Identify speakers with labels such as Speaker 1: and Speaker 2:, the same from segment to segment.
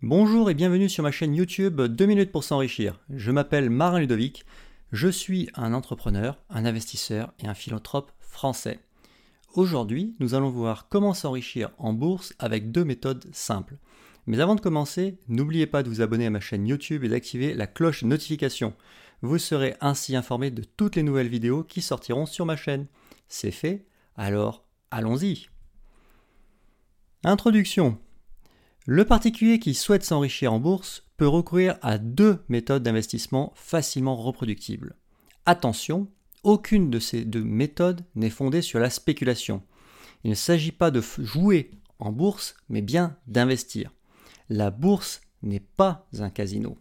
Speaker 1: Bonjour et bienvenue sur ma chaîne YouTube 2 minutes pour s'enrichir. Je m'appelle Marin Ludovic, je suis un entrepreneur, un investisseur et un philanthrope français. Aujourd'hui, nous allons voir comment s'enrichir en bourse avec deux méthodes simples. Mais avant de commencer, n'oubliez pas de vous abonner à ma chaîne YouTube et d'activer la cloche de notification. Vous serez ainsi informé de toutes les nouvelles vidéos qui sortiront sur ma chaîne. C'est fait, alors allons-y. Introduction. Le particulier qui souhaite s'enrichir en bourse peut recourir à deux méthodes d'investissement facilement reproductibles. Attention, aucune de ces deux méthodes n'est fondée sur la spéculation. Il ne s'agit pas de jouer en bourse, mais bien d'investir. La bourse n'est pas un casino.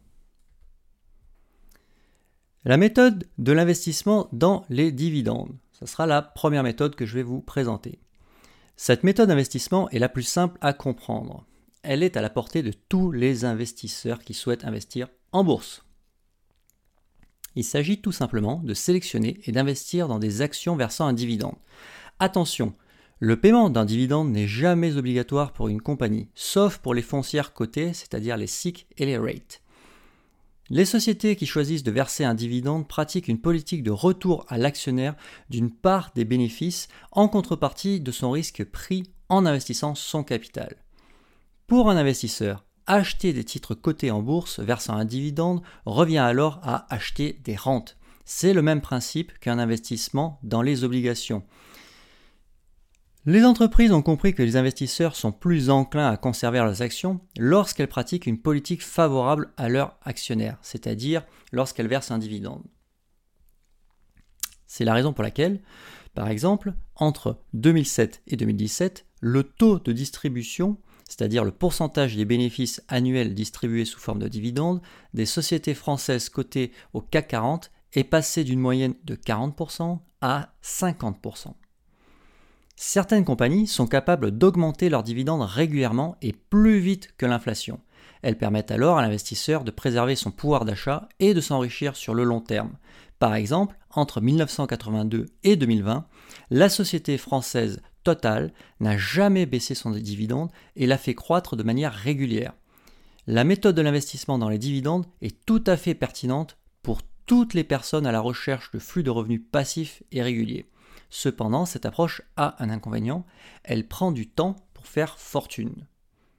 Speaker 1: La méthode de l'investissement dans les dividendes. Ce sera la première méthode que je vais vous présenter. Cette méthode d'investissement est la plus simple à comprendre. Elle est à la portée de tous les investisseurs qui souhaitent investir en bourse. Il s'agit tout simplement de sélectionner et d'investir dans des actions versant un dividende. Attention, le paiement d'un dividende n'est jamais obligatoire pour une compagnie, sauf pour les foncières cotées, c'est-à-dire les SIC et les REIT. Les sociétés qui choisissent de verser un dividende pratiquent une politique de retour à l'actionnaire d'une part des bénéfices en contrepartie de son risque pris en investissant son capital. Pour un investisseur, acheter des titres cotés en bourse versant un dividende revient alors à acheter des rentes. C'est le même principe qu'un investissement dans les obligations. Les entreprises ont compris que les investisseurs sont plus enclins à conserver leurs actions lorsqu'elles pratiquent une politique favorable à leurs actionnaires, c'est-à-dire lorsqu'elles versent un dividende. C'est la raison pour laquelle, par exemple, entre 2007 et 2017, le taux de distribution, c'est-à-dire le pourcentage des bénéfices annuels distribués sous forme de dividendes, des sociétés françaises cotées au CAC 40 est passé d'une moyenne de 40% à 50%. Certaines compagnies sont capables d'augmenter leurs dividendes régulièrement et plus vite que l'inflation. Elles permettent alors à l'investisseur de préserver son pouvoir d'achat et de s'enrichir sur le long terme. Par exemple, entre 1982 et 2020, la société française Total n'a jamais baissé son dividende et l'a fait croître de manière régulière. La méthode de l'investissement dans les dividendes est tout à fait pertinente pour toutes les personnes à la recherche de flux de revenus passifs et réguliers. Cependant, cette approche a un inconvénient, elle prend du temps pour faire fortune.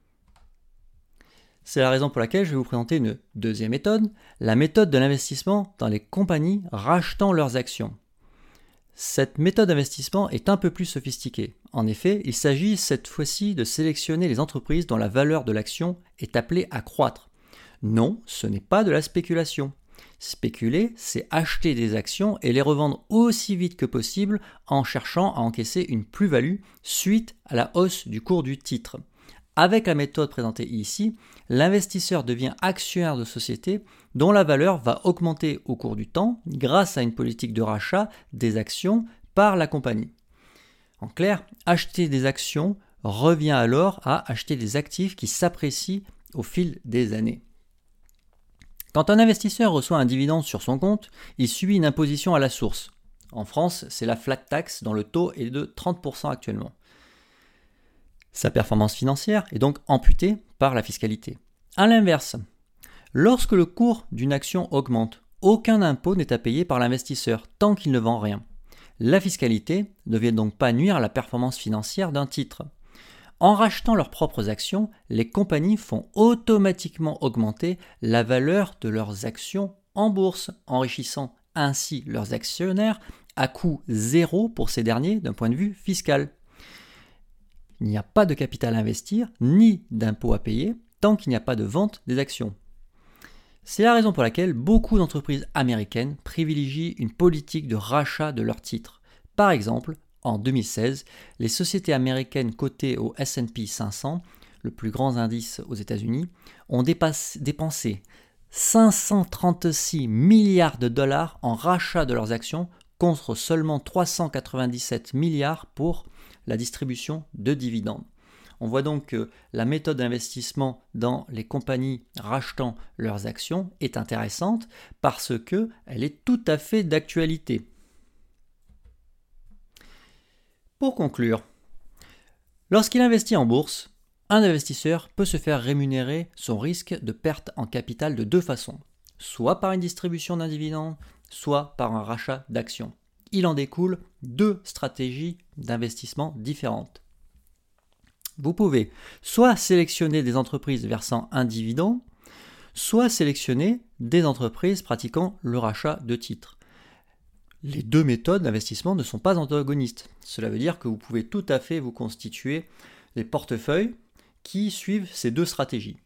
Speaker 1: C'est la raison pour laquelle je vais vous présenter une deuxième méthode, la méthode de l'investissement dans les compagnies rachetant leurs actions. Cette méthode d'investissement est un peu plus sophistiquée. En effet, il s'agit cette fois-ci de sélectionner les entreprises dont la valeur de l'action est appelée à croître. Non, ce n'est pas de la spéculation. Spéculer, c'est acheter des actions et les revendre aussi vite que possible en cherchant à encaisser une plus-value suite à la hausse du cours du titre. Avec la méthode présentée ici, l'investisseur devient actionnaire de sociétés dont la valeur va augmenter au cours du temps grâce à une politique de rachat des actions par la compagnie. En clair, acheter des actions revient alors à acheter des actifs qui s'apprécient au fil des années. Quand un investisseur reçoit un dividende sur son compte, il subit une imposition à la source. En France, c'est la flat tax dont le taux est de 30% actuellement. Sa performance financière est donc amputée par la fiscalité. A l'inverse, lorsque le cours d'une action augmente, aucun impôt n'est à payer par l'investisseur tant qu'il ne vend rien. La fiscalité ne vient donc pas nuire à la performance financière d'un titre. En rachetant leurs propres actions, les compagnies font automatiquement augmenter la valeur de leurs actions en bourse, enrichissant ainsi leurs actionnaires à coût zéro pour ces derniers d'un point de vue fiscal. Il n'y a pas de capital à investir, ni d'impôt à payer, tant qu'il n'y a pas de vente des actions. C'est la raison pour laquelle beaucoup d'entreprises américaines privilégient une politique de rachat de leurs titres. Par exemple, en 2016, les sociétés américaines cotées au S&P 500, le plus grand indice aux États-Unis, ont dépensé 536 milliards de dollars en rachat de leurs actions contre seulement 397 milliards pour la distribution de dividendes. On voit donc que la méthode d'investissement dans les compagnies rachetant leurs actions est intéressante parce qu'elle est tout à fait d'actualité. Pour conclure, lorsqu'il investit en bourse, Un investisseur peut se faire rémunérer son risque de perte en capital de deux façons, soit par une distribution d'un dividende, soit par un rachat d'actions. Il en découle deux stratégies d'investissement différentes. Vous pouvez soit sélectionner des entreprises versant un dividende, soit sélectionner des entreprises pratiquant le rachat de titres. Les deux méthodes d'investissement ne sont pas antagonistes. Cela veut dire que vous pouvez tout à fait vous constituer des portefeuilles qui suivent ces deux stratégies.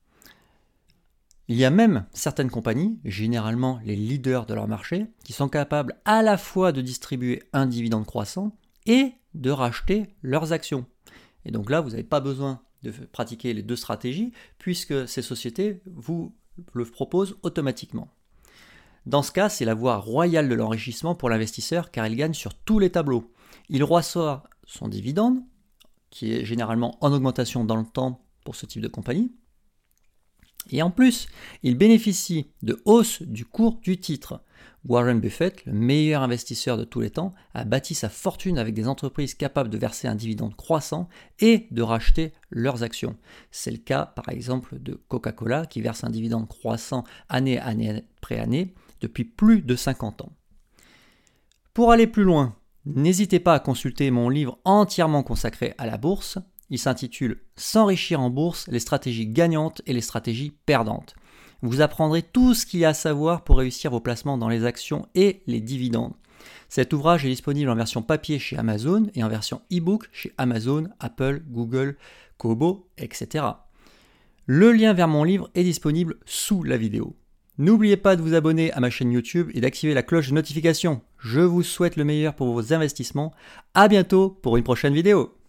Speaker 1: Il y a même certaines compagnies, généralement les leaders de leur marché, qui sont capables à la fois de distribuer un dividende croissant et de racheter leurs actions. Et donc là, vous n'avez pas besoin de pratiquer les deux stratégies puisque ces sociétés vous le proposent automatiquement. Dans ce cas, c'est la voie royale de l'enrichissement pour l'investisseur car il gagne sur tous les tableaux. Il reçoit son dividende, qui est généralement en augmentation dans le temps pour ce type de compagnie. Et en plus, il bénéficie de hausse du cours du titre. Warren Buffett, le meilleur investisseur de tous les temps, a bâti sa fortune avec des entreprises capables de verser un dividende croissant et de racheter leurs actions. C'est le cas par exemple de Coca-Cola qui verse un dividende croissant année après année depuis plus de 50 ans. Pour aller plus loin, n'hésitez pas à consulter mon livre entièrement consacré à la bourse. Il s'intitule « S'enrichir en bourse, les stratégies gagnantes et les stratégies perdantes ». Vous apprendrez tout ce qu'il y a à savoir pour réussir vos placements dans les actions et les dividendes. Cet ouvrage est disponible en version papier chez Amazon et en version e-book chez Amazon, Apple, Google, Kobo, etc. Le lien vers mon livre est disponible sous la vidéo. N'oubliez pas de vous abonner à ma chaîne YouTube et d'activer la cloche de notification. Je vous souhaite le meilleur pour vos investissements. À bientôt pour une prochaine vidéo.